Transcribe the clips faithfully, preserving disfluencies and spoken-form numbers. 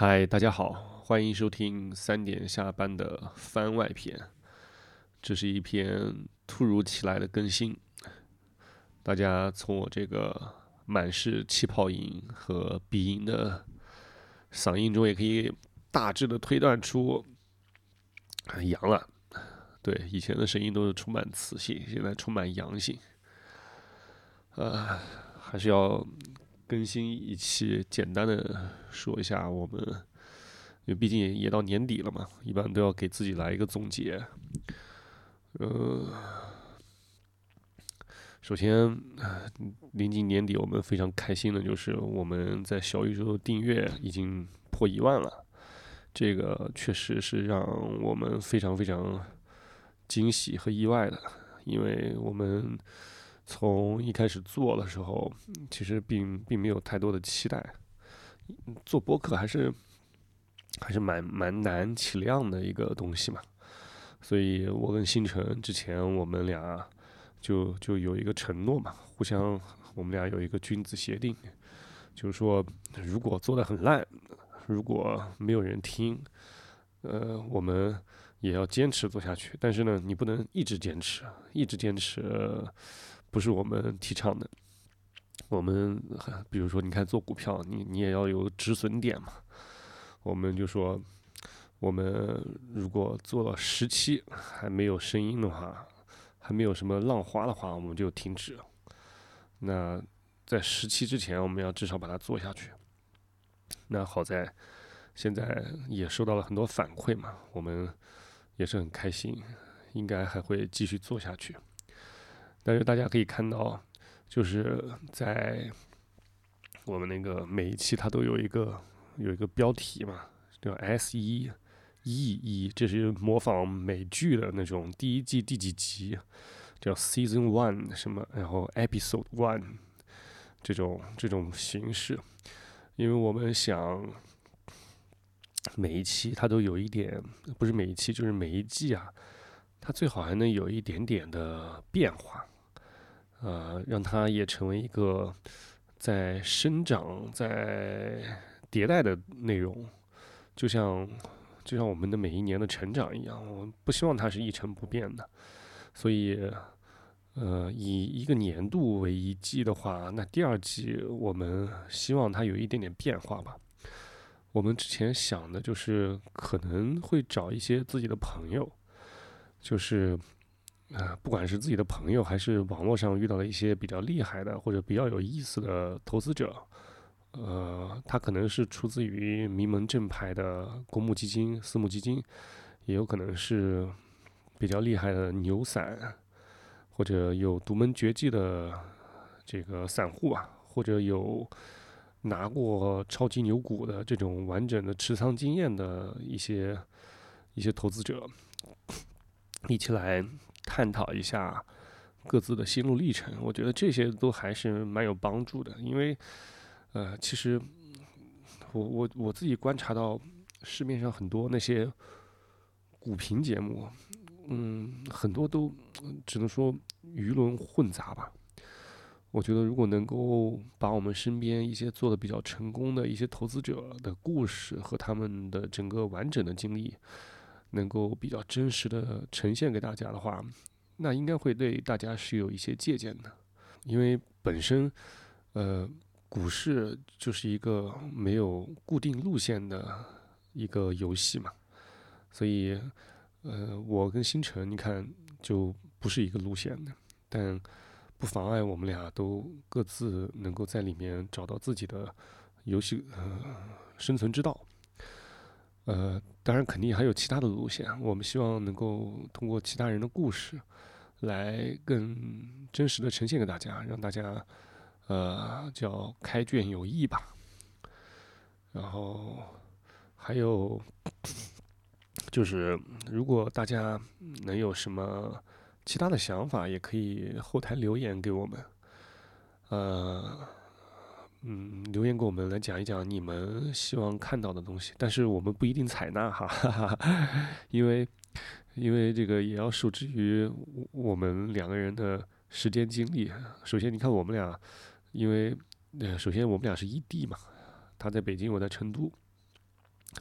嗨，大家好，欢迎收听三点下班的番外篇。这是一篇突如其来的更新，大家从我这个满是气泡音和鼻音的嗓音中，也可以大致的推断出，阳了。对，以前的声音都是充满磁性，现在充满阳性。呃，还是要更新一期，简单的说一下我们，因为毕竟也到年底了嘛，一般都要给自己来一个总结。呃，首先，临近年底，我们非常开心的就是我们在小宇宙的订阅已经破一万了，这个确实是让我们非常非常惊喜和意外的，因为我们从一开始做的时候，其实并并没有太多的期待。做播客还是还是蛮蛮难起量的一个东西嘛，所以我跟星辰之前我们俩就就有一个承诺嘛，互相我们俩有一个君子协定，就是说如果做的很烂，如果没有人听，呃，我们也要坚持做下去。但是呢，你不能一直坚持，一直坚持，呃不是我们提倡的。我们比如说，你看做股票，你你也要有止损点嘛。我们就说，我们如果做了十期还没有声音的话，还没有什么浪花的话，我们就停止。那在十期之前，我们要至少把它做下去。那好在现在也收到了很多反馈嘛，我们也是很开心，应该还会继续做下去。但是大家可以看到，就是在我们那个每一期它都有一个有一个标题嘛，叫 S 一 E 一，这是模仿美剧的那种第一季第几集，叫 Season One 什么，然后 Episode One 这种这种形式，因为我们想每一期它都有一点，不是每一期就是每一季啊，它最好还能有一点点的变化，呃，让它也成为一个在生长、在迭代的内容，就像就像我们的每一年的成长一样，我们不希望它是一成不变的。所以，呃，以一个年度为一季的话，那第二季我们希望它有一点点变化吧。我们之前想的就是可能会找一些自己的朋友，就是呃，不管是自己的朋友，还是网络上遇到了一些比较厉害的或者比较有意思的投资者，呃，他可能是出自于名门正派的公募基金、私募基金，也有可能是比较厉害的牛散，或者有独门绝技的这个散户啊，或者有拿过超级牛股的这种完整的持仓经验的一些一些投资者，一起来探讨一下各自的心路历程。我觉得这些都还是蛮有帮助的，因为呃，其实我我我自己观察到市面上很多那些股评节目，嗯，很多都只能说鱼龙混杂吧。我觉得如果能够把我们身边一些做的比较成功的一些投资者的故事和他们的整个完整的经历，能够比较真实的呈现给大家的话，那应该会对大家是有一些借鉴的。因为本身，呃，股市就是一个没有固定路线的一个游戏嘛，所以，呃，我跟星辰，你看就不是一个路线的，但不妨碍我们俩都各自能够在里面找到自己的游戏呃生存之道。呃，当然肯定还有其他的路线，我们希望能够通过其他人的故事，来更真实的呈现给大家，让大家呃叫开卷有益吧。然后还有就是，如果大家能有什么其他的想法，也可以后台留言给我们。呃，嗯，留言给我们来讲一讲你们希望看到的东西，但是我们不一定采纳哈，哈哈，因为因为这个也要受制于我们两个人的时间精力。首先，你看我们俩，因为呃，首先我们俩是异地嘛，他在北京，我在成都，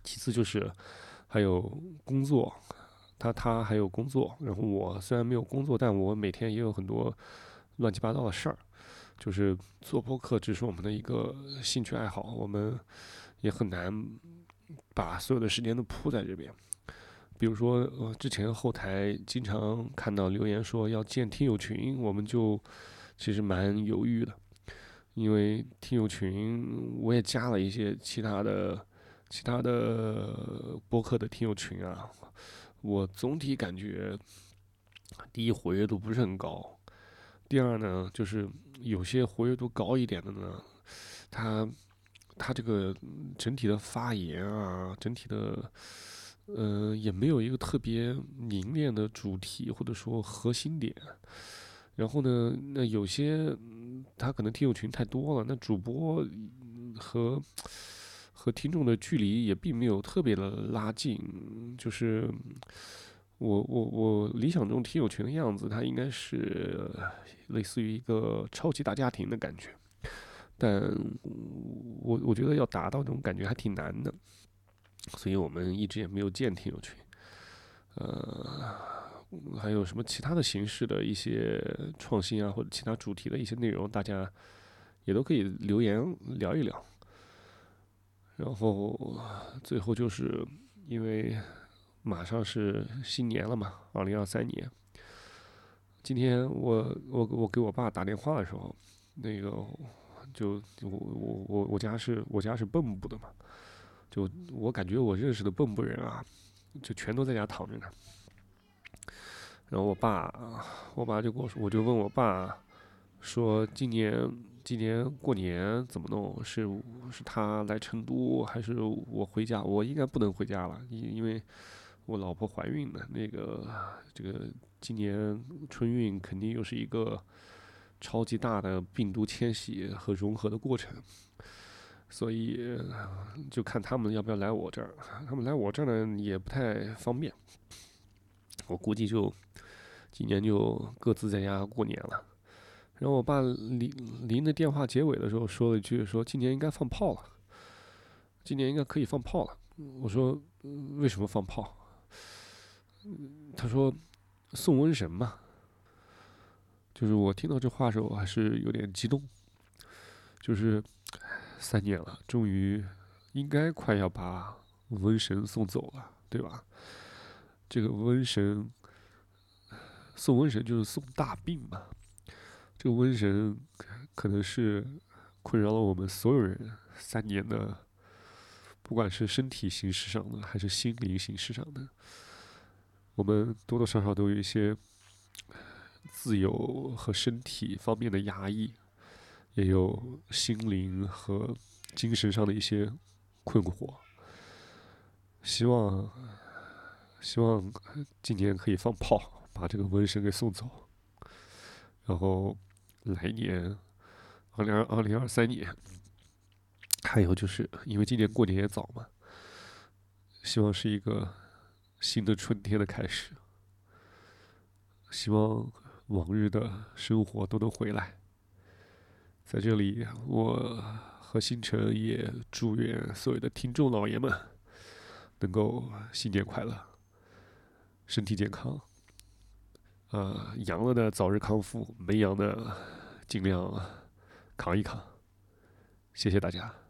其次就是还有工作，他他还有工作，然后我虽然没有工作，但我每天也有很多乱七八糟的事儿。就是做播客只是我们的一个兴趣爱好，我们也很难把所有的时间都扑在这边。比如说，呃，之前后台经常看到留言说要建听友群，我们就其实蛮犹豫的，因为听友群我也加了一些其他的其他的播客的听友群啊，我总体感觉，第一活跃度不是很高，第二呢，就是有些活跃度高一点的呢，它它这个整体的发言啊，整体的呃也没有一个特别凝练的主题或者说核心点。然后呢，那有些他可能听友群太多了，那主播和和听众的距离也并没有特别的拉近，就是我我我理想中听友群的样子，它应该是类似于一个超级大家庭的感觉，但我我觉得要达到这种感觉还挺难的，所以我们一直也没有建听友群。呃，还有什么其他的形式的一些创新啊，或者其他主题的一些内容，大家也都可以留言聊一聊。然后最后就是因为马上是新年了嘛，二零二三年。今天我我我给我爸打电话的时候，那个就我我我我家是我家是蚌埠的嘛，就我感觉我认识的蚌埠人啊，就全都在家躺着呢。然后我爸我爸就跟我说，我就问我爸说今年今年过年怎么弄？是是他来成都，还是我回家？我应该不能回家了，因因为我老婆怀孕了。那个这个今年春运肯定又是一个超级大的病毒迁徙和融合的过程，所以就看他们要不要来我这儿。他们来我这儿呢也不太方便，我估计就今年就各自在家过年了。然后我爸临临的电话结尾的时候说了一句，说今年应该放炮了，今年应该可以放炮了。我说、嗯、为什么放炮？他说送瘟神嘛。就是我听到这话的时候还是有点激动，就是三年了，终于应该快要把瘟神送走了，对吧？这个瘟神送瘟神就是送大病嘛，这个瘟神可能是困扰了我们所有人三年的，不管是身体形式上的还是心灵形式上的，我们多多少少都有一些自由和身体方面的压抑，也有心灵和精神上的一些困惑。希望希望今年可以放炮，把这个瘟神给送走，然后来年二零二二零二三年，还有就是因为今年过年也早嘛，希望是一个新的春天的开始，希望往日的生活都能回来。在这里，我和星辰也祝愿所有的听众老爷们能够新年快乐，身体健康。呃，阳了的早日康复，没阳的尽量扛一扛。谢谢大家。